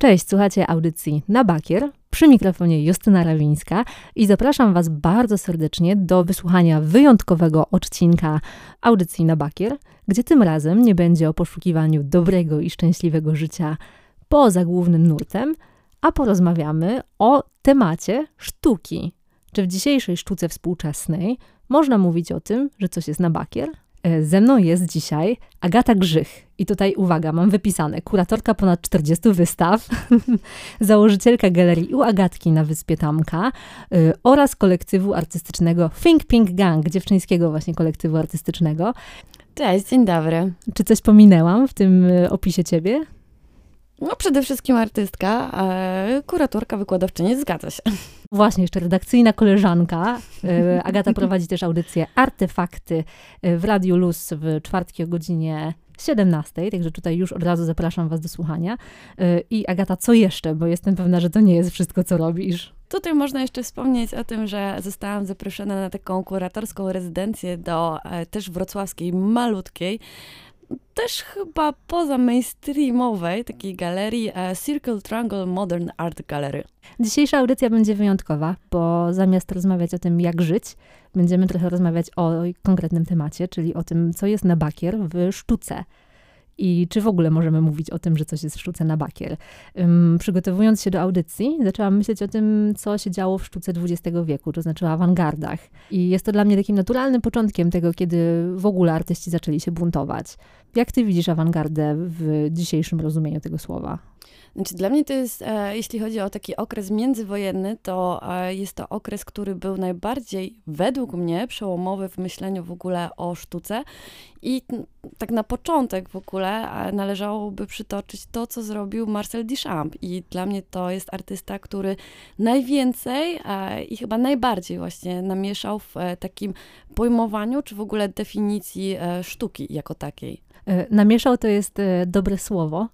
Cześć, słuchacie audycji Na Bakier. Przy mikrofonie Justyna Rawińska i zapraszam Was bardzo serdecznie do wysłuchania wyjątkowego odcinka audycji Na Bakier, gdzie tym razem nie będzie o poszukiwaniu dobrego i szczęśliwego życia poza głównym nurtem, a porozmawiamy o temacie sztuki. Czy w dzisiejszej sztuce współczesnej można mówić o tym, że coś jest na bakier? Ze mną jest dzisiaj Agata Grzych. I tutaj uwaga, mam wypisane, kuratorka ponad 40 wystaw, założycielka galerii u Agatki na Wyspie Tamka oraz kolektywu artystycznego Think Pink Gang, dziewczyńskiego właśnie kolektywu artystycznego. Cześć, dzień dobry. Czy coś pominęłam w tym opisie ciebie? No przede wszystkim artystka, kuratorka, wykładowczyni, zgadza się. Właśnie, jeszcze redakcyjna koleżanka. Agata prowadzi też audycję Artefakty w Radiu Luz w czwartki o godzinie 17, także tutaj już od razu zapraszam Was do słuchania. I Agata, co jeszcze? Bo jestem pewna, że to nie jest wszystko, co robisz. Tutaj można jeszcze wspomnieć o tym, że zostałam zaproszona na taką kuratorską rezydencję do też wrocławskiej, malutkiej, też chyba poza mainstreamowej takiej galerii Circle Triangle Modern Art Gallery. Dzisiejsza audycja będzie wyjątkowa, bo zamiast rozmawiać o tym, jak żyć, będziemy trochę rozmawiać o konkretnym temacie, czyli o tym, co jest na bakier w sztuce. I czy w ogóle możemy mówić o tym, że coś jest w sztuce na bakier. Przygotowując się do audycji, zaczęłam myśleć o tym, co się działo w sztuce XX wieku, to znaczy o awangardach. I jest to dla mnie takim naturalnym początkiem tego, kiedy w ogóle artyści zaczęli się buntować. Jak ty widzisz awangardę w dzisiejszym rozumieniu tego słowa? Znaczy, dla mnie to jest, jeśli chodzi o taki okres międzywojenny, to jest to okres, który był najbardziej, według mnie, przełomowy w myśleniu w ogóle o sztuce. I tak na początek w ogóle należałoby przytoczyć to, co zrobił Marcel Duchamp. I dla mnie to jest artysta, który najwięcej i chyba najbardziej właśnie namieszał w takim pojmowaniu, czy w ogóle definicji sztuki jako takiej. Namieszał to jest dobre słowo.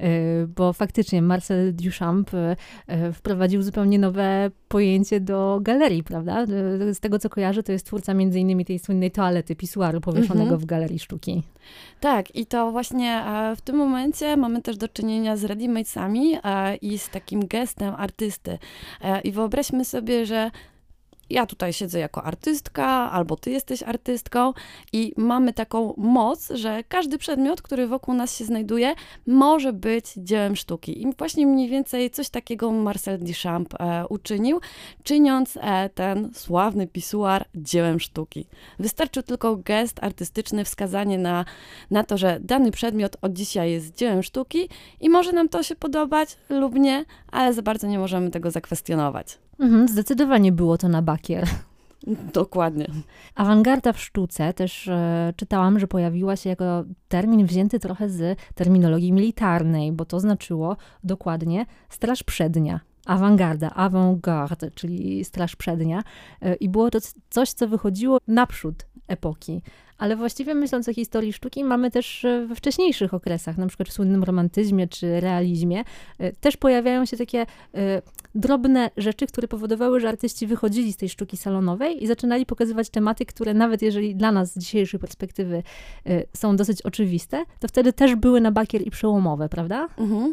Bo faktycznie Marcel Duchamp wprowadził zupełnie nowe pojęcie do galerii, prawda? Z tego, co kojarzę, to jest twórca między innymi tej słynnej toalety, pisuaru powieszonego w Galerii Sztuki. Tak, i to właśnie w tym momencie mamy też do czynienia z ready-madesami i z takim gestem artysty. I wyobraźmy sobie, że ja tutaj siedzę jako artystka, albo ty jesteś artystką i mamy taką moc, że każdy przedmiot, który wokół nas się znajduje, może być dziełem sztuki. I właśnie mniej więcej coś takiego Marcel Duchamp uczynił, czyniąc ten sławny pisuar dziełem sztuki. Wystarczył tylko gest artystyczny, wskazanie na to, że dany przedmiot od dzisiaj jest dziełem sztuki i może nam to się podobać lub nie, ale za bardzo nie możemy tego zakwestionować. Zdecydowanie było to na bakier. Dokładnie. Awangarda w sztuce też czytałam, że pojawiła się jako termin wzięty trochę z terminologii militarnej, bo to znaczyło dokładnie straż przednia. Awangarda, avant-garde, czyli straż przednia. I było to coś, co wychodziło naprzód epoki. Ale właściwie myśląc o historii sztuki, mamy też we wcześniejszych okresach, na przykład w słynnym romantyzmie czy realizmie, też pojawiają się takie drobne rzeczy, które powodowały, że artyści wychodzili z tej sztuki salonowej i zaczynali pokazywać tematy, które nawet jeżeli dla nas z dzisiejszej perspektywy są dosyć oczywiste, to wtedy też były na bakier i przełomowe, prawda? Mhm.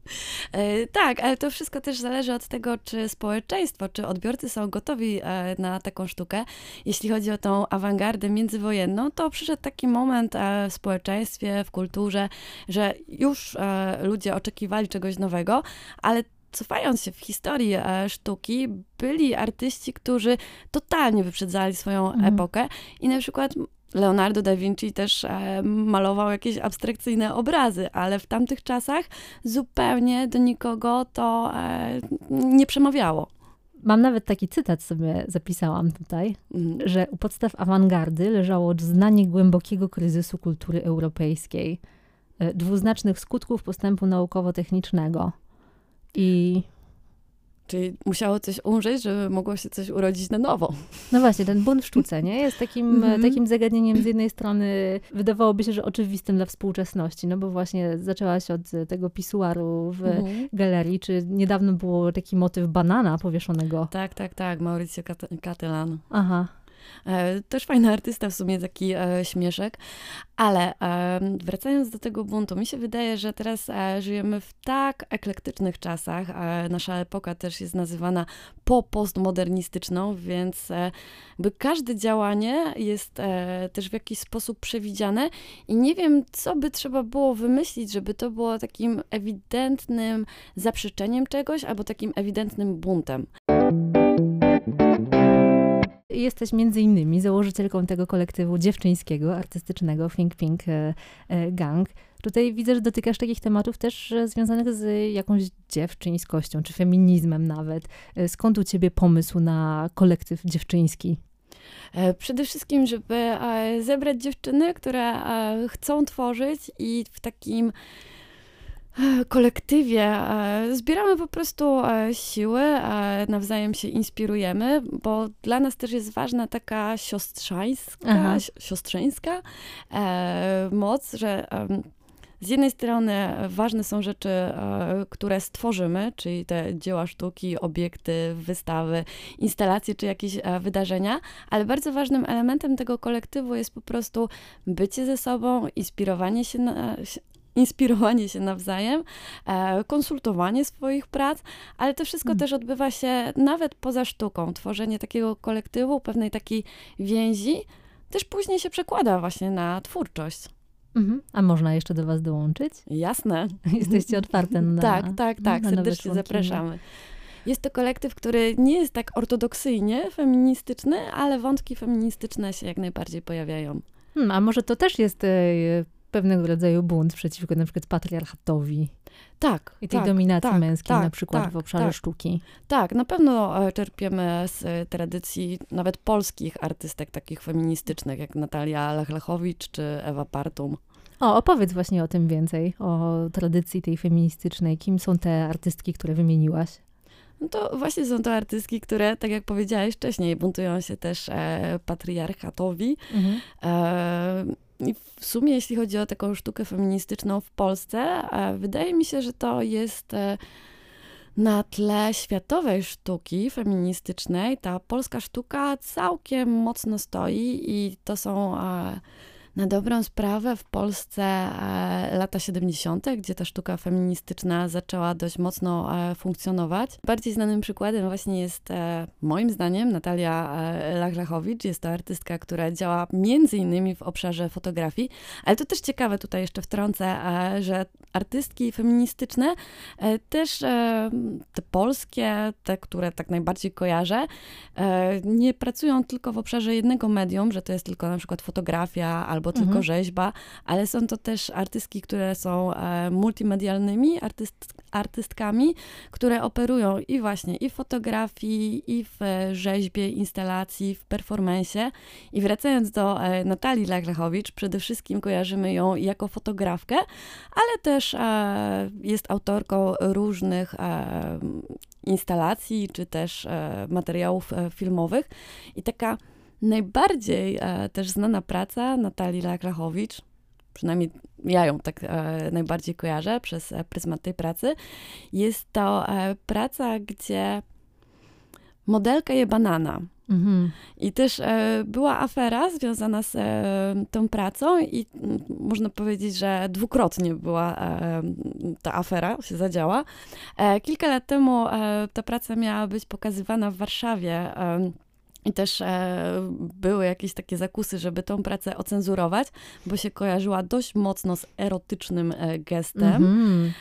Tak, ale to wszystko też zależy od tego, czy społeczeństwo, czy odbiorcy są gotowi na taką sztukę. Jeśli chodzi o tą awangardę międzywojenną, to przyszedł taki moment w społeczeństwie, w kulturze, że już ludzie oczekiwali czegoś nowego, ale cofając się w historii sztuki, byli artyści, którzy totalnie wyprzedzali swoją epokę i na przykład Leonardo da Vinci też malował jakieś abstrakcyjne obrazy, ale w tamtych czasach zupełnie do nikogo to nie przemawiało. Mam nawet taki cytat sobie zapisałam tutaj, że u podstaw awangardy leżało znanie głębokiego kryzysu kultury europejskiej, dwuznacznych skutków postępu naukowo-technicznego. Czyli musiało coś umrzeć, żeby mogło się coś urodzić na nowo. No właśnie, ten bunt w sztuce, nie? Jest takim zagadnieniem z jednej strony, wydawałoby się, że oczywistym dla współczesności, no bo właśnie zaczęła się od tego pisuaru w galerii, czy niedawno było taki motyw banana powieszonego. Tak, Mauricio Cattelan. Aha. Też fajny artysta, w sumie taki śmieszek. Ale wracając do tego buntu, mi się wydaje, że teraz żyjemy w tak eklektycznych czasach. Nasza epoka też jest nazywana postmodernistyczną, więc by każde działanie jest też w jakiś sposób przewidziane i nie wiem, co by trzeba było wymyślić, żeby to było takim ewidentnym zaprzeczeniem czegoś albo takim ewidentnym buntem. Jesteś między innymi założycielką tego kolektywu dziewczyńskiego, artystycznego Think Pink Gang. Tutaj widzę, że dotykasz takich tematów też związanych z jakąś dziewczyńskością, czy feminizmem nawet. Skąd u ciebie pomysł na kolektyw dziewczyński? Przede wszystkim, żeby zebrać dziewczyny, które chcą tworzyć i w takim kolektywie zbieramy po prostu siły, nawzajem się inspirujemy, bo dla nas też jest ważna taka siostrzeńska moc, że z jednej strony ważne są rzeczy, które stworzymy, czyli te dzieła sztuki, obiekty, wystawy, instalacje czy jakieś wydarzenia, ale bardzo ważnym elementem tego kolektywu jest po prostu bycie ze sobą, inspirowanie się nawzajem, konsultowanie swoich prac, ale to wszystko też odbywa się nawet poza sztuką. Tworzenie takiego kolektywu, pewnej takiej więzi, też później się przekłada właśnie na twórczość. A można jeszcze do was dołączyć? Jasne. Jesteście otwarte na Tak, serdecznie zapraszamy. Jest to kolektyw, który nie jest tak ortodoksyjnie feministyczny, ale wątki feministyczne się jak najbardziej pojawiają. A może to też jest pewnego rodzaju bunt przeciwko na przykład patriarchatowi. Tak. I tej dominacji męskiej na przykład w obszarze sztuki. Tak, na pewno czerpiemy z tradycji nawet polskich artystek takich feministycznych, jak Natalia Lachlechowicz czy Ewa Partum. Opowiedz właśnie o tym więcej, o tradycji tej feministycznej. Kim są te artystki, które wymieniłaś? No to właśnie są to artystki, które, tak jak powiedziałeś wcześniej, buntują się też patriarchatowi. I w sumie, jeśli chodzi o taką sztukę feministyczną w Polsce, wydaje mi się, że to jest na tle światowej sztuki feministycznej. Ta polska sztuka całkiem mocno stoi i to są na dobrą sprawę w Polsce lata 70., gdzie ta sztuka feministyczna zaczęła dość mocno funkcjonować. Bardziej znanym przykładem właśnie jest, moim zdaniem, Natalia Lachlechowicz. Jest to artystka, która działa między innymi w obszarze fotografii, ale to też ciekawe, tutaj jeszcze wtrącę, że artystki feministyczne też te polskie, te, które tak najbardziej kojarzę, nie pracują tylko w obszarze jednego medium, że to jest tylko na przykład fotografia albo tylko rzeźba, ale są to też artystki, które są multimedialnymi artystkami, które operują i właśnie i w fotografii, i w rzeźbie, instalacji, w performance'ie. I wracając do Natalii Lachlechowicz, przede wszystkim kojarzymy ją jako fotografkę, ale też jest autorką różnych instalacji, czy też materiałów filmowych. I taka najbardziej też znana praca Natalii Lachlechowicz, przynajmniej ja ją tak najbardziej kojarzę przez pryzmat tej pracy, jest to praca, gdzie modelka je banana. I też była afera związana z tą pracą i można powiedzieć, że dwukrotnie była ta afera, się zadziała. Kilka lat temu ta praca miała być pokazywana w Warszawie. I też były jakieś takie zakusy, żeby tą pracę ocenzurować, bo się kojarzyła dość mocno z erotycznym gestem.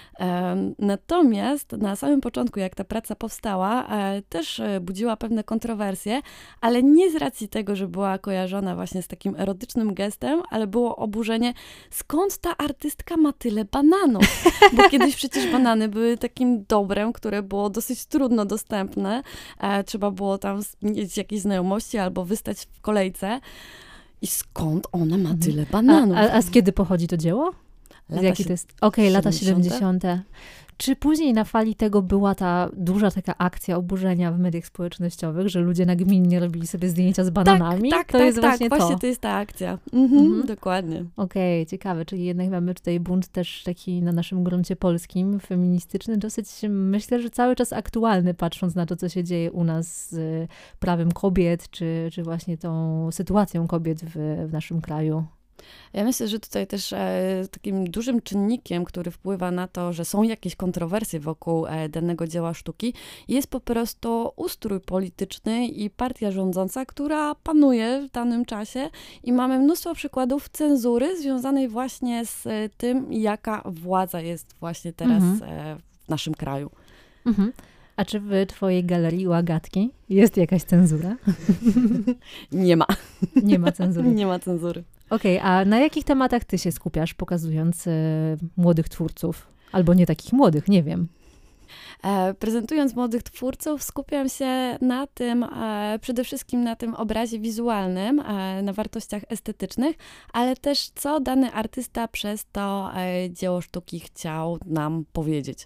Natomiast na samym początku, jak ta praca powstała, też budziła pewne kontrowersje, ale nie z racji tego, że była kojarzona właśnie z takim erotycznym gestem, ale było oburzenie, skąd ta artystka ma tyle bananów? Bo kiedyś przecież banany były takim dobrem, które było dosyć trudno dostępne. Trzeba było tam mieć jakieś znajomości albo wystać w kolejce. I skąd ona ma tyle bananów? A z kiedy pochodzi to dzieło? Lata to jest? Okej, lata 70. Czy później na fali tego była ta duża taka akcja oburzenia w mediach społecznościowych, że ludzie nagminnie robili sobie zdjęcia z bananami? Tak, to jest właśnie to. Właśnie to jest ta akcja. Dokładnie. Okej, ciekawe, czyli jednak mamy tutaj bunt też taki na naszym gruncie polskim, feministyczny, dosyć myślę, że cały czas aktualny, patrząc na to, co się dzieje u nas z prawem kobiet, czy właśnie tą sytuacją kobiet w naszym kraju. Ja myślę, że tutaj też takim dużym czynnikiem, który wpływa na to, że są jakieś kontrowersje wokół danego dzieła sztuki, jest po prostu ustrój polityczny i partia rządząca, która panuje w danym czasie i mamy mnóstwo przykładów cenzury związanej właśnie z tym, jaka władza jest właśnie teraz w naszym kraju. A czy w twojej galerii u Agatki jest jakaś cenzura? Nie ma. Nie ma cenzury. Nie ma cenzury. Okej, a na jakich tematach ty się skupiasz, pokazując młodych twórców? Albo nie takich młodych, nie wiem. Prezentując młodych twórców, skupiam się na tym, przede wszystkim na tym obrazie wizualnym, na wartościach estetycznych, ale też co dany artysta przez to dzieło sztuki chciał nam powiedzieć.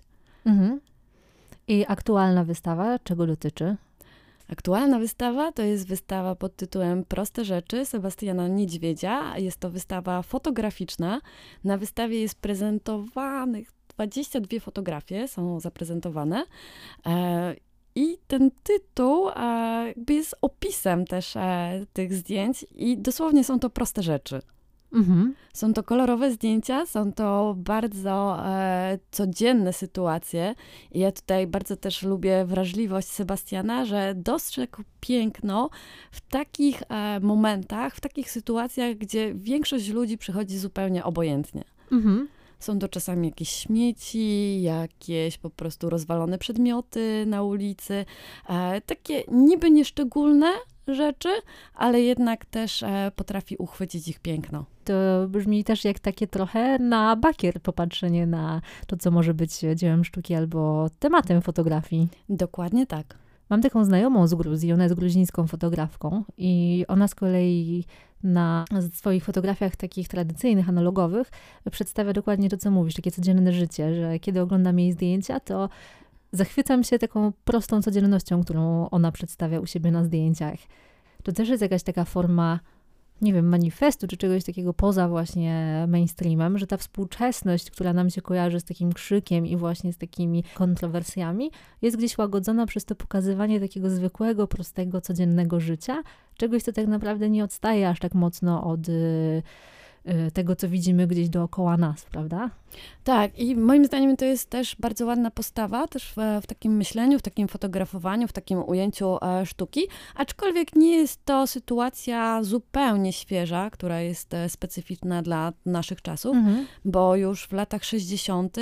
I aktualna wystawa czego dotyczy? Aktualna wystawa to jest wystawa pod tytułem Proste rzeczy Sebastiana Niedźwiedzia. Jest to wystawa fotograficzna. Na wystawie jest prezentowanych 22 fotografie, są zaprezentowane. I ten tytuł jakby jest opisem też tych zdjęć i dosłownie są to proste rzeczy. Są to kolorowe zdjęcia, są to bardzo codzienne sytuacje. I ja tutaj bardzo też lubię wrażliwość Sebastiana, że dostrzegł piękno w takich momentach, w takich sytuacjach, gdzie większość ludzi przychodzi zupełnie obojętnie. Są to czasami jakieś śmieci, jakieś po prostu rozwalone przedmioty na ulicy, takie niby nieszczególne rzeczy, ale jednak też potrafi uchwycić ich piękno. To brzmi też jak takie trochę na bakier popatrzenie na to, co może być dziełem sztuki albo tematem fotografii. Dokładnie tak. Mam taką znajomą z Gruzji, ona jest gruzińską fotografką i ona z kolei na swoich fotografiach takich tradycyjnych, analogowych przedstawia dokładnie to, co mówisz, takie codzienne życie, że kiedy oglądam jej zdjęcia, to zachwycam się taką prostą codziennością, którą ona przedstawia u siebie na zdjęciach. To też jest jakaś taka forma, nie wiem, manifestu, czy czegoś takiego poza właśnie mainstreamem, że ta współczesność, która nam się kojarzy z takim krzykiem i właśnie z takimi kontrowersjami, jest gdzieś łagodzona przez to pokazywanie takiego zwykłego, prostego, codziennego życia, czegoś, co tak naprawdę nie odstaje aż tak mocno od tego, co widzimy gdzieś dookoła nas, prawda? Tak, i moim zdaniem to jest też bardzo ładna postawa, też w takim myśleniu, w takim fotografowaniu, w takim ujęciu sztuki, aczkolwiek nie jest to sytuacja zupełnie świeża, która jest specyficzna dla naszych czasów, bo już w latach 60.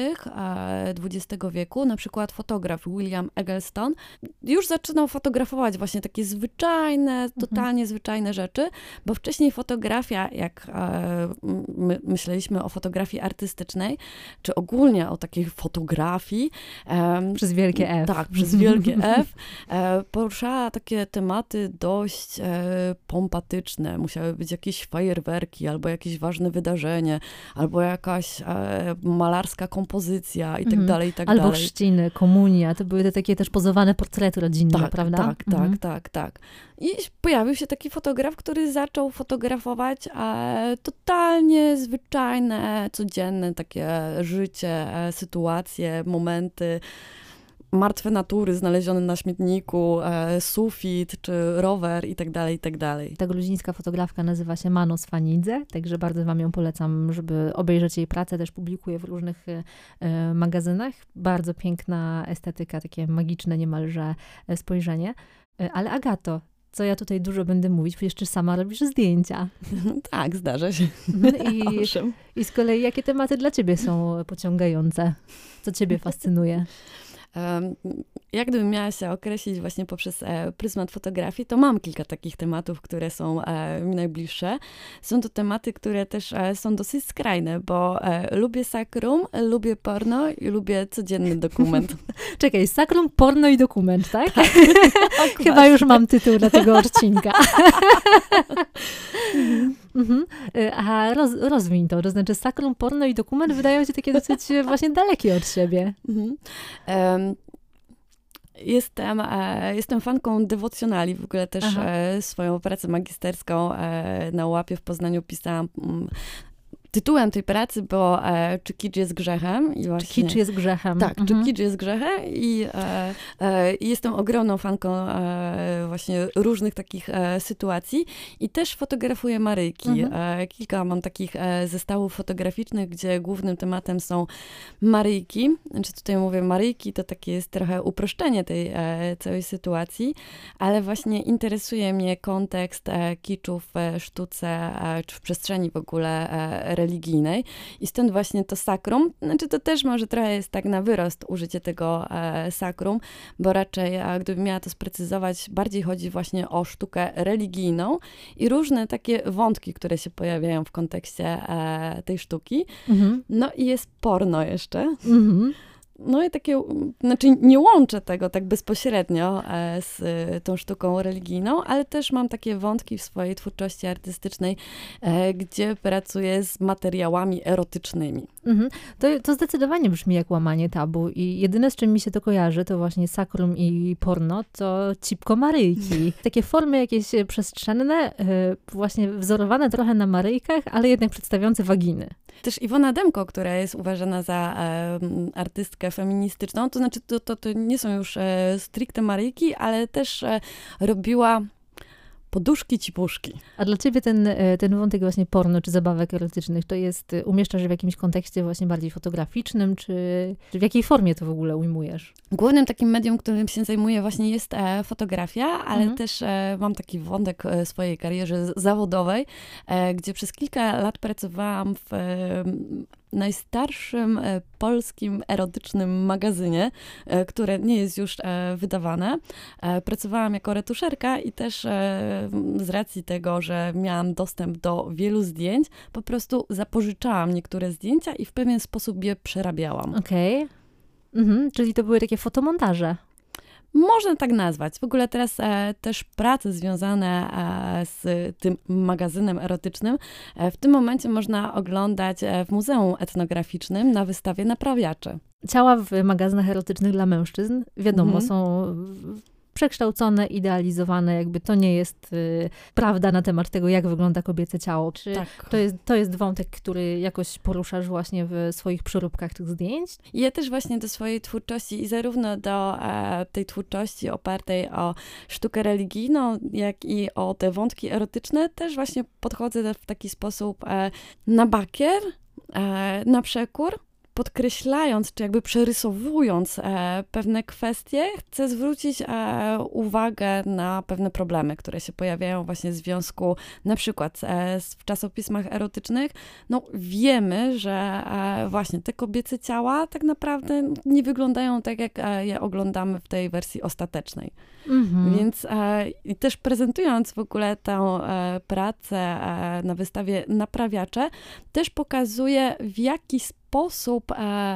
XX wieku na przykład fotograf William Eggleston już zaczynał fotografować właśnie takie zwyczajne, totalnie zwyczajne rzeczy, bo wcześniej fotografia, jak my myśleliśmy o fotografii artystycznej, czy ogólnie o takiej fotografii. Przez wielkie F. Tak, przez wielkie F. Poruszała takie tematy dość pompatyczne. Musiały być jakieś fajerwerki, albo jakieś ważne wydarzenie, albo jakaś malarska kompozycja i tak dalej, i tak albo dalej. chrzciny, komunia. To były te takie też pozowane portrety rodzinne, prawda? Tak. I pojawił się taki fotograf, który zaczął fotografować totalnie zwyczajne, codzienne takie życie, sytuacje, momenty, martwe natury znalezione na śmietniku, sufit czy rower i tak dalej, i tak dalej. Ta gruzińska fotografka nazywa się Mano Sfanidze, także bardzo wam ją polecam, żeby obejrzeć jej pracę, też publikuje w różnych magazynach. Bardzo piękna estetyka, takie magiczne niemalże spojrzenie. Ale Agato, co ja tutaj dużo będę mówić, przecież ty sama robisz zdjęcia. Tak, zdarza się. I z kolei jakie tematy dla ciebie są pociągające? Co ciebie fascynuje? Jak gdybym miała się określić właśnie poprzez pryzmat fotografii, to mam kilka takich tematów, które są mi najbliższe. Są to tematy, które też są dosyć skrajne, bo lubię sakrum, lubię porno i lubię codzienny dokument. Czekaj, sakrum, porno i dokument, tak? Chyba już mam tytuł dla tego odcinka. A rozwiń to znaczy sakrum, porno i dokument wydają się takie dosyć właśnie dalekie od siebie. Jestem fanką dewocjonali, w ogóle też swoją pracę magisterską na UAP-ie w Poznaniu pisałam. Tytułem tej pracy było Czy kicz jest grzechem? I właśnie, czy kicz jest grzechem? Tak, czy kicz jest grzechem? I jestem ogromną fanką właśnie różnych takich sytuacji i też fotografuję Maryjki. Kilka mam takich zestawów fotograficznych, gdzie głównym tematem są Maryjki. Znaczy tutaj mówię Maryjki, to takie jest trochę uproszczenie tej całej sytuacji, ale właśnie interesuje mnie kontekst kiczu w sztuce, czy w przestrzeni w ogóle religijnej i stąd właśnie to sakrum, znaczy to też może trochę jest tak na wyrost użycie tego sakrum, bo raczej gdybym miała to sprecyzować, bardziej chodzi właśnie o sztukę religijną i różne takie wątki, które się pojawiają w kontekście tej sztuki. No i jest porno jeszcze. No i takie, znaczy nie łączę tego tak bezpośrednio z tą sztuką religijną, ale też mam takie wątki w swojej twórczości artystycznej, gdzie pracuję z materiałami erotycznymi. To zdecydowanie brzmi jak łamanie tabu i jedyne, z czym mi się to kojarzy, to właśnie sakrum i porno, to cipko Maryjki. Takie formy jakieś przestrzenne, właśnie wzorowane trochę na Maryjkach, ale jednak przedstawiające waginy. Też Iwona Demko, która jest uważana za artystkę feministyczną, to znaczy to nie są już stricte Maryjki, ale też robiła poduszki, cipuszki. A dla ciebie ten wątek właśnie porno czy zabawek erotycznych, to jest, umieszczasz w jakimś kontekście właśnie bardziej fotograficznym, czy w jakiej formie to w ogóle ujmujesz? Głównym takim medium, którym się zajmuję właśnie jest fotografia, ale też mam taki wątek w swojej karierze zawodowej, gdzie przez kilka lat pracowałam w najstarszym polskim erotycznym magazynie, które nie jest już wydawane. Pracowałam jako retuszerka i też z racji tego, że miałam dostęp do wielu zdjęć, po prostu zapożyczałam niektóre zdjęcia i w pewien sposób je przerabiałam. Okej. Czyli to były takie fotomontaże. Można tak nazwać. W ogóle teraz też prace związane z tym magazynem erotycznym w tym momencie można oglądać w Muzeum Etnograficznym na wystawie Naprawiacze. Ciała w magazynach erotycznych dla mężczyzn, wiadomo, są przekształcone, idealizowane, jakby to nie jest prawda na temat tego, jak wygląda kobiece ciało. Czy tak. To jest wątek, który jakoś poruszasz właśnie w swoich przeróbkach tych zdjęć? Ja też właśnie do swojej twórczości i zarówno do tej twórczości opartej o sztukę religijną, jak i o te wątki erotyczne, też właśnie podchodzę w taki sposób na bakier, na przekór, podkreślając, czy jakby przerysowując pewne kwestie, chcę zwrócić uwagę na pewne problemy, które się pojawiają właśnie w związku na przykład w czasopismach erotycznych. No wiemy, że właśnie te kobiece ciała tak naprawdę nie wyglądają tak, jak je oglądamy w tej wersji ostatecznej. Więc i też prezentując w ogóle tę pracę na wystawie Naprawiacze, też pokazuje, w jaki sposób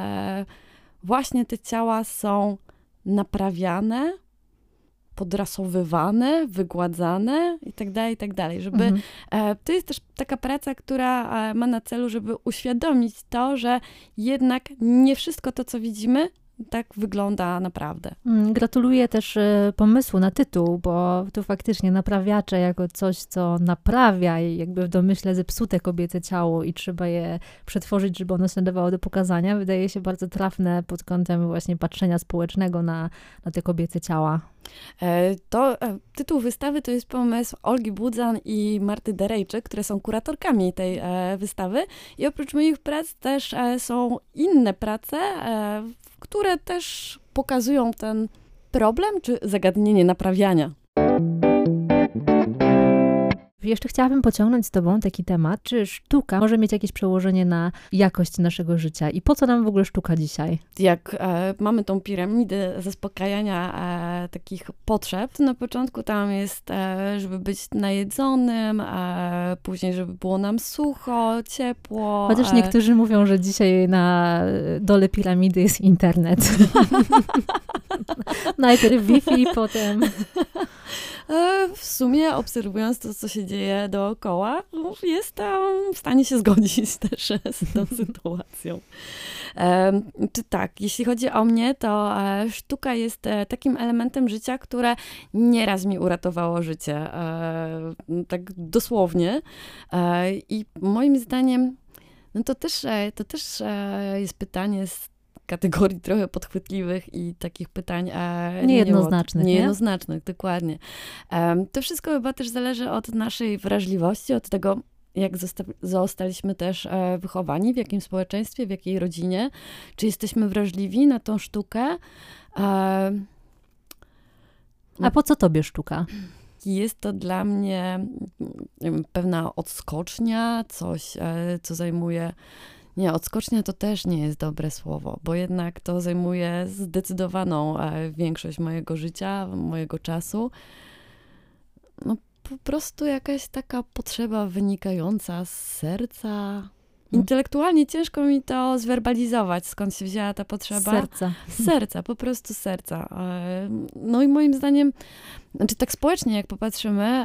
właśnie te ciała są naprawiane, podrasowywane, wygładzane i tak dalej, żeby to jest też taka praca, która ma na celu, żeby uświadomić to, że jednak nie wszystko to, co widzimy, tak wygląda naprawdę. Gratuluję też pomysłu na tytuł, bo tu faktycznie naprawiacze jako coś, co naprawia jakby w domyśle zepsute kobiece ciało i trzeba je przetworzyć, żeby ono się nadawało do pokazania, wydaje się bardzo trafne pod kątem właśnie patrzenia społecznego na te kobiece ciała. Tytuł wystawy to jest pomysł Olgi Budzan i Marty Derejczyk, które są kuratorkami tej wystawy i oprócz moich prac też są inne prace, które też pokazują ten problem czy zagadnienie naprawiania. Jeszcze chciałabym pociągnąć z tobą taki temat, czy sztuka może mieć jakieś przełożenie na jakość naszego życia i po co nam w ogóle sztuka dzisiaj? Jak mamy tą piramidę zaspokajania takich potrzeb, to na początku tam jest, żeby być najedzonym, później, żeby było nam sucho, ciepło. Chociaż niektórzy mówią, że dzisiaj na dole piramidy jest internet. Najpierw Wi-Fi, potem... W sumie obserwując to, co się dzieje dookoła, jestem w stanie się zgodzić też z tą sytuacją. Czy tak, jeśli chodzi o mnie, to sztuka jest takim elementem życia, które nieraz mi uratowało życie. Tak dosłownie. I moim zdaniem, no to też jest pytanie z kategorii trochę podchwytliwych i takich pytań Niejednoznacznych, nie? Niejednoznacznych, dokładnie. To wszystko chyba też zależy od naszej wrażliwości, od tego, jak zostaliśmy też wychowani, w jakim społeczeństwie, w jakiej rodzinie, czy jesteśmy wrażliwi na tą sztukę. A po co tobie sztuka? Jest to dla mnie nie wiem, pewna odskocznia, coś, co zajmuje... Nie, odskocznia to też nie jest dobre słowo, bo jednak to zajmuje zdecydowaną większość mojego życia, mojego czasu. No po prostu jakaś taka potrzeba wynikająca z serca. Intelektualnie ciężko mi to zwerbalizować, skąd się wzięła ta potrzeba. Z serca, po prostu z serca. No i moim zdaniem, znaczy tak społecznie jak popatrzymy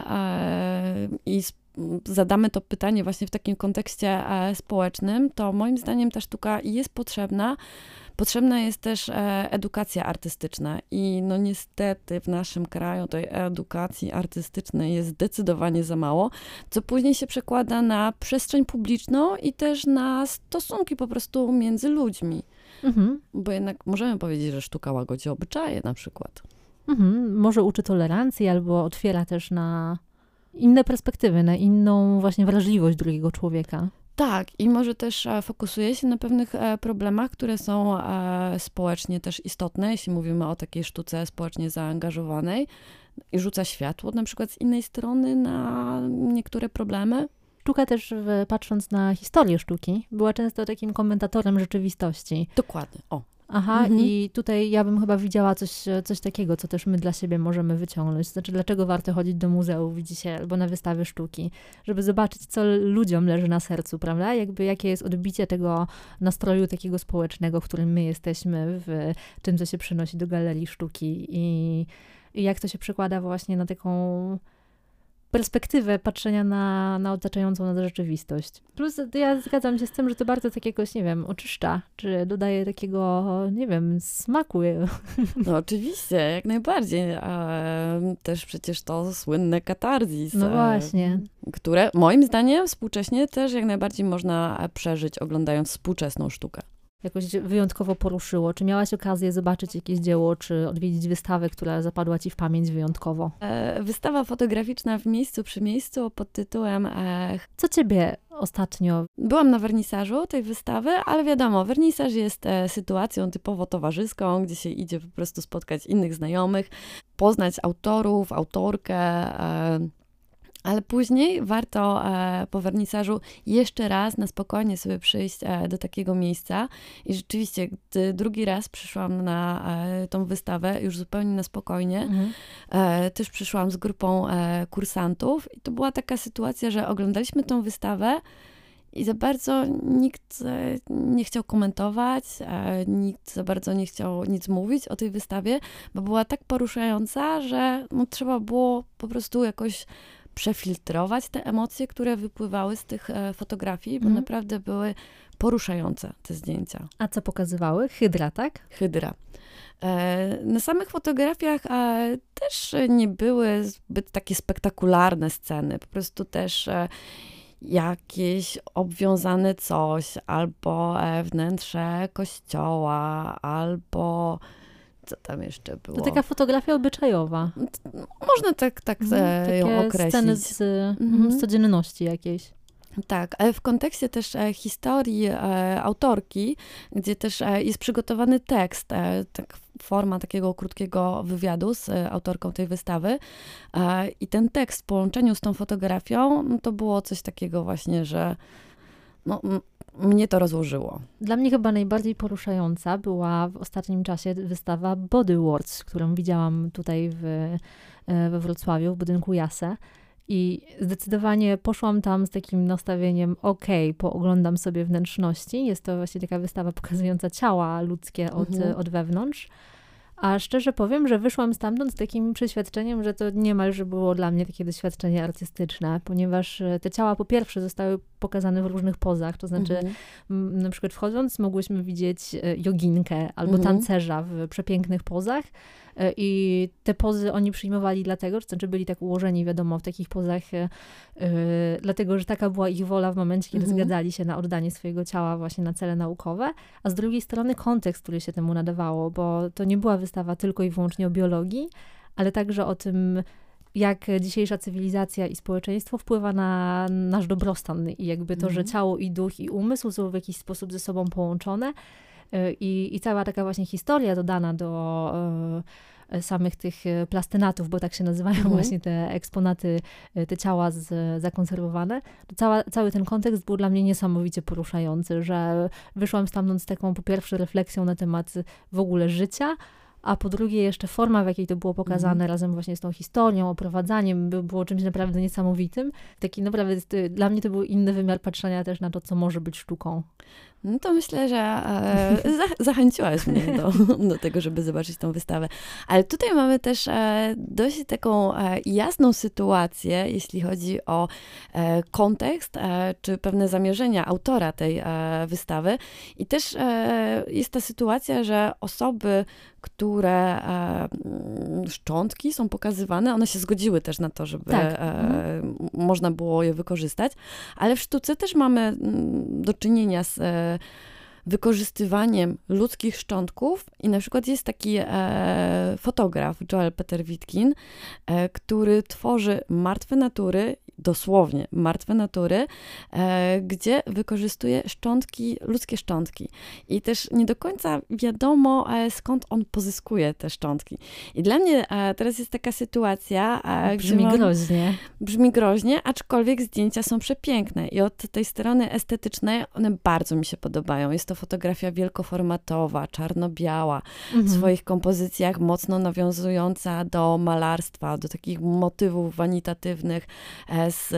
i zadamy to pytanie właśnie w takim kontekście społecznym, to moim zdaniem ta sztuka jest potrzebna. Potrzebna jest też edukacja artystyczna i no niestety w naszym kraju tej edukacji artystycznej jest zdecydowanie za mało, co później się przekłada na przestrzeń publiczną i też na stosunki po prostu między ludźmi. Bo jednak możemy powiedzieć, że sztuka łagodzi obyczaje na przykład. Może uczy tolerancji albo otwiera też na inne perspektywy, na inną właśnie wrażliwość drugiego człowieka. Tak, i może też fokusuje się na pewnych problemach, które są społecznie też istotne, jeśli mówimy o takiej sztuce społecznie zaangażowanej i rzuca światło na przykład z innej strony na niektóre problemy. Sztuka też, patrząc na historię sztuki, była często takim komentatorem rzeczywistości. Dokładnie, o. Aha, i tutaj ja bym chyba widziała coś takiego, co też my dla siebie możemy wyciągnąć. Znaczy, dlaczego warto chodzić do muzeum, widzicie, albo na wystawy sztuki, żeby zobaczyć, co ludziom leży na sercu, prawda? Jakby jakie jest odbicie tego nastroju takiego społecznego, w którym my jesteśmy, w tym, co się przynosi do galerii sztuki i jak to się przekłada właśnie na taką perspektywę patrzenia na otaczającą nas rzeczywistość. Plus ja zgadzam się z tym, że to bardzo tak jakoś, nie wiem, oczyszcza, czy dodaje takiego, nie wiem, smaku. No oczywiście, jak najbardziej. Też przecież to słynne katarzis. No właśnie. Które moim zdaniem współcześnie też jak najbardziej można przeżyć, oglądając współczesną sztukę. Jakoś wyjątkowo poruszyło? Czy miałaś okazję zobaczyć jakieś dzieło, czy odwiedzić wystawę, która zapadła ci w pamięć wyjątkowo? Wystawa fotograficzna w miejscu przy miejscu pod tytułem... Co ciebie ostatnio... Byłam na wernisażu tej wystawy, ale wiadomo, wernisaż jest sytuacją typowo towarzyską, gdzie się idzie po prostu spotkać innych znajomych, poznać autorów, autorkę... Ale później warto po wernisażu jeszcze raz na spokojnie sobie przyjść do takiego miejsca. I rzeczywiście, gdy drugi raz przyszłam na tą wystawę, już zupełnie na spokojnie, też przyszłam z grupą kursantów i to była taka sytuacja, że oglądaliśmy tą wystawę i za bardzo nikt nie chciał komentować, nikt za bardzo nie chciał nic mówić o tej wystawie, bo była tak poruszająca, że no, trzeba było po prostu jakoś przefiltrować te emocje, które wypływały z tych fotografii, bo naprawdę były poruszające te zdjęcia. A co pokazywały? Hydra, tak? Hydra. Na samych fotografiach też nie były zbyt takie spektakularne sceny, po prostu też jakieś obwiązane coś, albo wnętrze kościoła, albo... Co tam jeszcze było? To taka fotografia obyczajowa. Można tak ją określić. Sceny z codzienności jakiejś. Tak, ale w kontekście też historii autorki, gdzie też jest przygotowany tekst, forma takiego krótkiego wywiadu z autorką tej wystawy i ten tekst w połączeniu z tą fotografią, no to było coś takiego właśnie, że no, mnie to rozłożyło. Dla mnie chyba najbardziej poruszająca była w ostatnim czasie wystawa Body Words, którą widziałam tutaj we Wrocławiu, w budynku Jase. I zdecydowanie poszłam tam z takim nastawieniem, pooglądam sobie wnętrzności. Jest to właśnie taka wystawa pokazująca ciała ludzkie od wewnątrz. A szczerze powiem, że wyszłam stamtąd z takim przeświadczeniem, że to niemalże było dla mnie takie doświadczenie artystyczne, ponieważ te ciała po pierwsze zostały pokazane w różnych pozach, to znaczy na przykład wchodząc mogłyśmy widzieć joginkę albo tancerza w przepięknych pozach i te pozy oni przyjmowali dlatego, to znaczy byli tak ułożeni, wiadomo, w takich pozach, dlatego, że taka była ich wola w momencie, kiedy zgadzali się na oddanie swojego ciała właśnie na cele naukowe, a z drugiej strony kontekst, który się temu nadawało, bo to nie była wystawa tylko i wyłącznie o biologii, ale także o tym, jak dzisiejsza cywilizacja i społeczeństwo wpływa na nasz dobrostan i jakby to, że ciało i duch i umysł są w jakiś sposób ze sobą połączone i cała taka właśnie historia dodana do samych tych plastynatów, bo tak się nazywają właśnie te eksponaty, te ciała zakonserwowane. Cały ten kontekst był dla mnie niesamowicie poruszający, że wyszłam stamtąd z taką po pierwsze refleksją na temat w ogóle życia, a po drugie jeszcze forma, w jakiej to było pokazane razem właśnie z tą historią, oprowadzaniem, było czymś naprawdę niesamowitym. Taki naprawdę, dla mnie to był inny wymiar patrzenia też na to, co może być sztuką. No to myślę, że zachęciłaś mnie do tego, żeby zobaczyć tą wystawę. Ale tutaj mamy też dość taką jasną sytuację, jeśli chodzi o kontekst, czy pewne zamierzenia autora tej wystawy. I też jest ta sytuacja, że osoby, które szczątki są pokazywane, one się zgodziły też na to, żeby można było je wykorzystać, ale w sztuce też mamy do czynienia z wykorzystywaniem ludzkich szczątków i na przykład jest taki fotograf, Joel Peter Witkin, który tworzy martwe natury, dosłownie martwe natury, gdzie wykorzystuje szczątki, ludzkie szczątki. I też nie do końca wiadomo, skąd on pozyskuje te szczątki. I dla mnie teraz jest taka sytuacja, Brzmi groźnie. Brzmi groźnie, aczkolwiek zdjęcia są przepiękne. I od tej strony estetycznej one bardzo mi się podobają. Jest to fotografia wielkoformatowa, czarno-biała, w swoich kompozycjach mocno nawiązująca do malarstwa, do takich motywów wanitatywnych z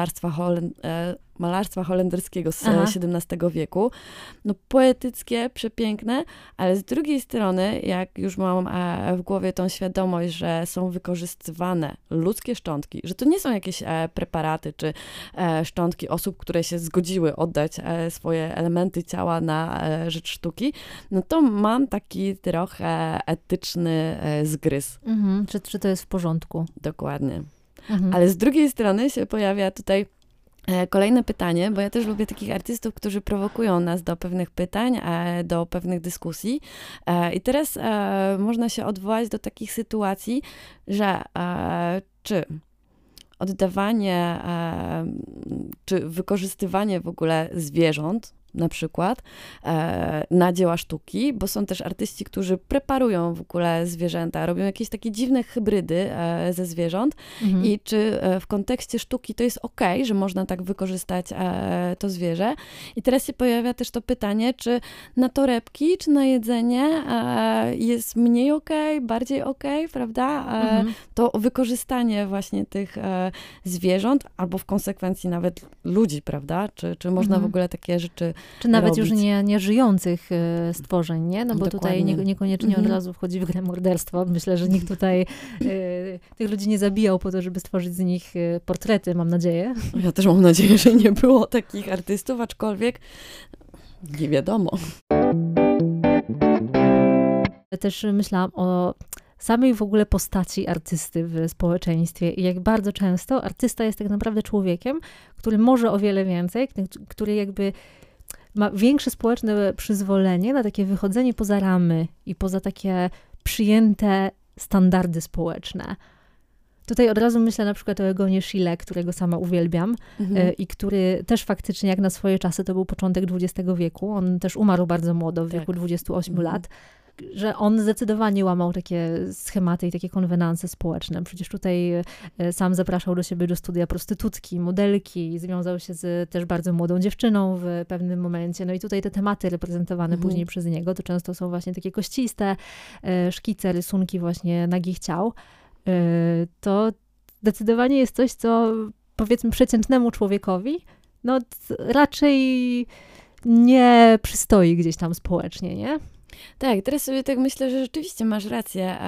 malarstwa holenderskiego z XVII wieku. No poetyckie, przepiękne, ale z drugiej strony, jak już mam w głowie tą świadomość, że są wykorzystywane ludzkie szczątki, że to nie są jakieś preparaty, czy szczątki osób, które się zgodziły oddać swoje elementy ciała na rzecz sztuki, no to mam taki trochę etyczny zgryz. Czy to jest w porządku? Dokładnie. Ale z drugiej strony się pojawia tutaj kolejne pytanie, bo ja też lubię takich artystów, którzy prowokują nas do pewnych pytań, do pewnych dyskusji. I teraz można się odwołać do takich sytuacji, że czy oddawanie, czy wykorzystywanie w ogóle zwierząt, na przykład, na dzieła sztuki, bo są też artyści, którzy preparują w ogóle zwierzęta, robią jakieś takie dziwne hybrydy ze zwierząt i czy w kontekście sztuki to jest okej, że można tak wykorzystać to zwierzę. I teraz się pojawia też to pytanie, czy na torebki, czy na jedzenie jest mniej okej, bardziej okej, prawda? To wykorzystanie właśnie tych zwierząt, albo w konsekwencji nawet ludzi, prawda? Czy można w ogóle takie rzeczy czy nawet robić. już nie żyjących stworzeń, nie? No bo Dokładnie. tutaj niekoniecznie od razu wchodzi w grę morderstwo. Myślę, że nikt tutaj tych ludzi nie zabijał po to, żeby stworzyć z nich portrety, mam nadzieję. Ja też mam nadzieję, że nie było takich artystów, aczkolwiek nie wiadomo. Też myślałam o samej w ogóle postaci artysty w społeczeństwie i jak bardzo często artysta jest tak naprawdę człowiekiem, który może o wiele więcej, który jakby ma większe społeczne przyzwolenie na takie wychodzenie poza ramy i poza takie przyjęte standardy społeczne. Tutaj od razu myślę na przykład o Egonie Schiele, którego sama uwielbiam i który też faktycznie jak na swoje czasy, to był początek XX wieku, on też umarł bardzo młodo, w wieku 28 lat, że on zdecydowanie łamał takie schematy i takie konwenanse społeczne. Przecież tutaj sam zapraszał do siebie do studia prostytutki, modelki, związał się z też bardzo młodą dziewczyną w pewnym momencie. No i tutaj te tematy reprezentowane później przez niego, to często są właśnie takie kościste szkice, rysunki właśnie nagich ciał. To zdecydowanie jest coś, co powiedzmy przeciętnemu człowiekowi, no raczej nie przystoi gdzieś tam społecznie, nie? Tak, teraz sobie tak myślę, że rzeczywiście masz rację,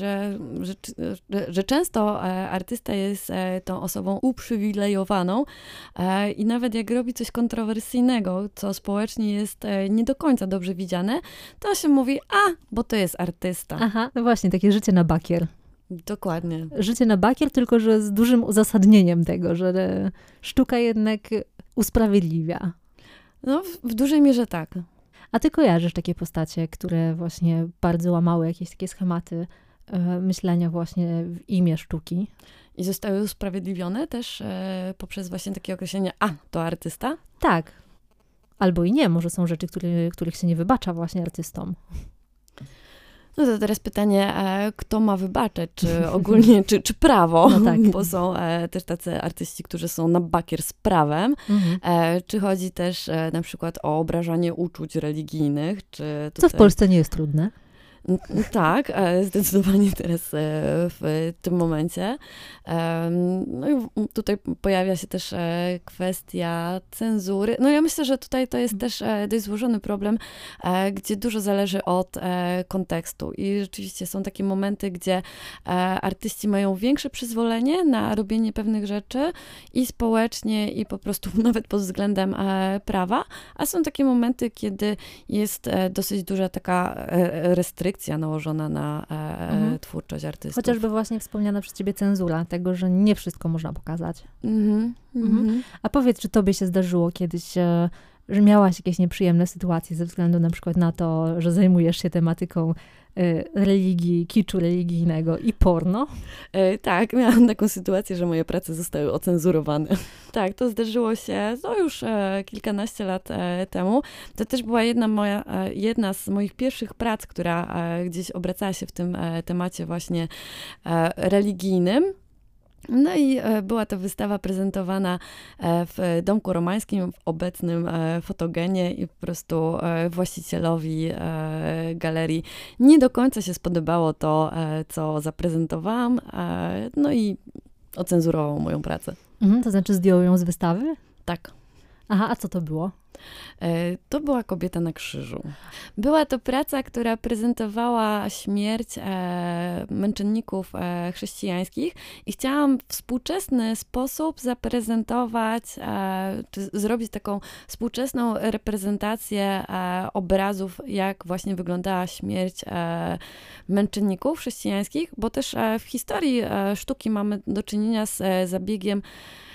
że często artysta jest tą osobą uprzywilejowaną i nawet jak robi coś kontrowersyjnego, co społecznie jest nie do końca dobrze widziane, to się mówi, bo to jest artysta. Aha, no właśnie, takie życie na bakier. Dokładnie. Życie na bakier, tylko że z dużym uzasadnieniem tego, że sztuka jednak usprawiedliwia. No, w dużej mierze tak. A ty kojarzysz takie postacie, które właśnie bardzo łamały jakieś takie schematy myślenia właśnie w imię sztuki? I zostały usprawiedliwione też poprzez właśnie takie określenie, to artysta? Tak. Albo i nie, może są rzeczy, których się nie wybacza właśnie artystom. No to teraz pytanie, kto ma wybaczać, czy ogólnie, czy prawo, no tak. Bo są też tacy artyści, którzy są na bakier z prawem, czy chodzi też na przykład o obrażanie uczuć religijnych, czy tutaj... Co w Polsce nie jest trudne. Tak, zdecydowanie teraz w tym momencie. No i tutaj pojawia się też kwestia cenzury. No ja myślę, że tutaj to jest też dość złożony problem, gdzie dużo zależy od kontekstu i rzeczywiście są takie momenty, gdzie artyści mają większe przyzwolenie na robienie pewnych rzeczy i społecznie, i po prostu nawet pod względem prawa, a są takie momenty, kiedy jest dosyć duża taka restrykcja nałożona na twórczość artystów. Chociażby właśnie wspomniana przez ciebie cenzura, tego, że nie wszystko można pokazać. A powiedz, czy tobie się zdarzyło kiedyś, że miałaś jakieś nieprzyjemne sytuacje ze względu na przykład na to, że zajmujesz się tematyką religii, kiczu religijnego i porno? Tak, miałam taką sytuację, że moje prace zostały ocenzurowane. Tak, to zdarzyło się już kilkanaście lat temu. To też była jedna z moich pierwszych prac, która gdzieś obracała się w tym temacie właśnie religijnym. No i była to wystawa prezentowana w Domku Romańskim, w obecnym Fotogenie i po prostu właścicielowi galerii nie do końca się spodobało to, co zaprezentowałam, no i ocenzurował moją pracę. To znaczy zdjął ją z wystawy? Tak. Aha, a co to było? To była Kobieta na krzyżu. Była to praca, która prezentowała śmierć męczenników chrześcijańskich i chciałam w współczesny sposób zaprezentować, czy zrobić taką współczesną reprezentację obrazów, jak właśnie wyglądała śmierć męczenników chrześcijańskich, bo też w historii sztuki mamy do czynienia z zabiegiem.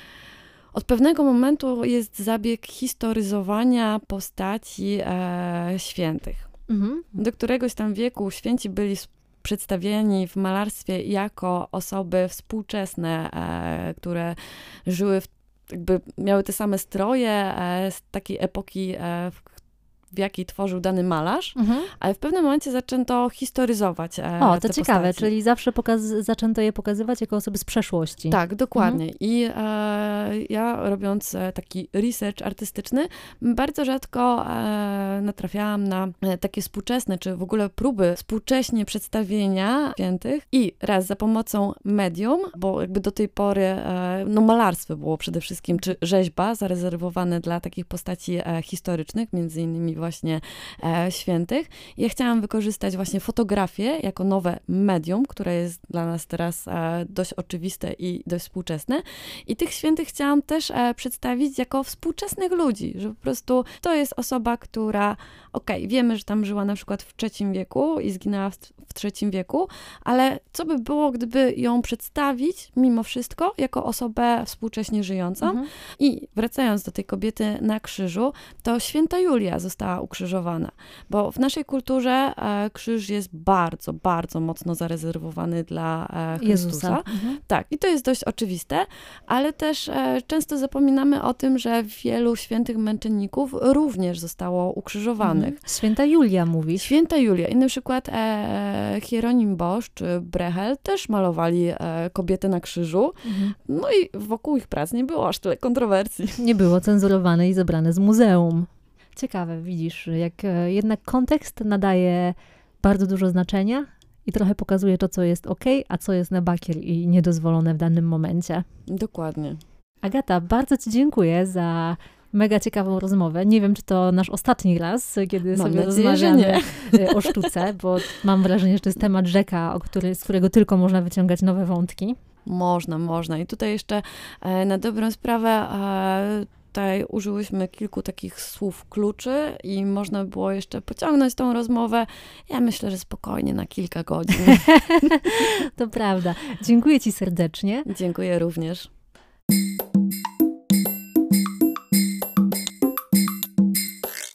Od pewnego momentu jest zabieg historyzowania postaci świętych. Do któregoś tam wieku święci byli przedstawiani w malarstwie jako osoby współczesne, które żyły, jakby miały te same stroje z takiej epoki, w jakiej tworzył dany malarz, ale w pewnym momencie zaczęto historyzować to ciekawe, postaci. Czyli zawsze zaczęto je pokazywać jako osoby z przeszłości. Tak, dokładnie. I ja robiąc taki research artystyczny, bardzo rzadko natrafiałam na takie współczesne, czy w ogóle próby współcześnie przedstawienia świętych i raz za pomocą medium, bo jakby do tej pory malarstwo było przede wszystkim, czy rzeźba zarezerwowane dla takich postaci historycznych, między innymi właśnie świętych. Ja chciałam wykorzystać właśnie fotografię jako nowe medium, które jest dla nas teraz dość oczywiste i dość współczesne. I tych świętych chciałam też przedstawić jako współczesnych ludzi, że po prostu to jest osoba, która, wiemy, że tam żyła na przykład w III wieku i zginęła w III wieku, ale co by było, gdyby ją przedstawić mimo wszystko jako osobę współcześnie żyjącą? I wracając do tej Kobiety na krzyżu, to święta Julia została ukrzyżowana, bo w naszej kulturze krzyż jest bardzo, bardzo mocno zarezerwowany dla Chrystusa. Tak, i to jest dość oczywiste, ale też często zapominamy o tym, że wielu świętych męczenników również zostało ukrzyżowanych. Święta Julia mówisz? Święta Julia. I na przykład Hieronim Bosch czy Brechel też malowali Kobietę na krzyżu. No i wokół ich prac nie było aż tyle kontrowersji. Nie było cenzurowane i zebrane z muzeum. Ciekawe, widzisz, jak jednak kontekst nadaje bardzo dużo znaczenia i trochę pokazuje to, co jest okej, a co jest na bakier i niedozwolone w danym momencie. Dokładnie. Agata, bardzo ci dziękuję za mega ciekawą rozmowę. Nie wiem, czy to nasz ostatni raz, kiedy Mam sobie nadzieję, rozmawiamy o sztuce, bo mam wrażenie, że to jest temat rzeka, z którego tylko można wyciągać nowe wątki. Można. I tutaj jeszcze na dobrą sprawę tutaj użyłyśmy kilku takich słów kluczy i można było jeszcze pociągnąć tą rozmowę. Ja myślę, że spokojnie na kilka godzin. To prawda. Dziękuję Ci serdecznie. Dziękuję również.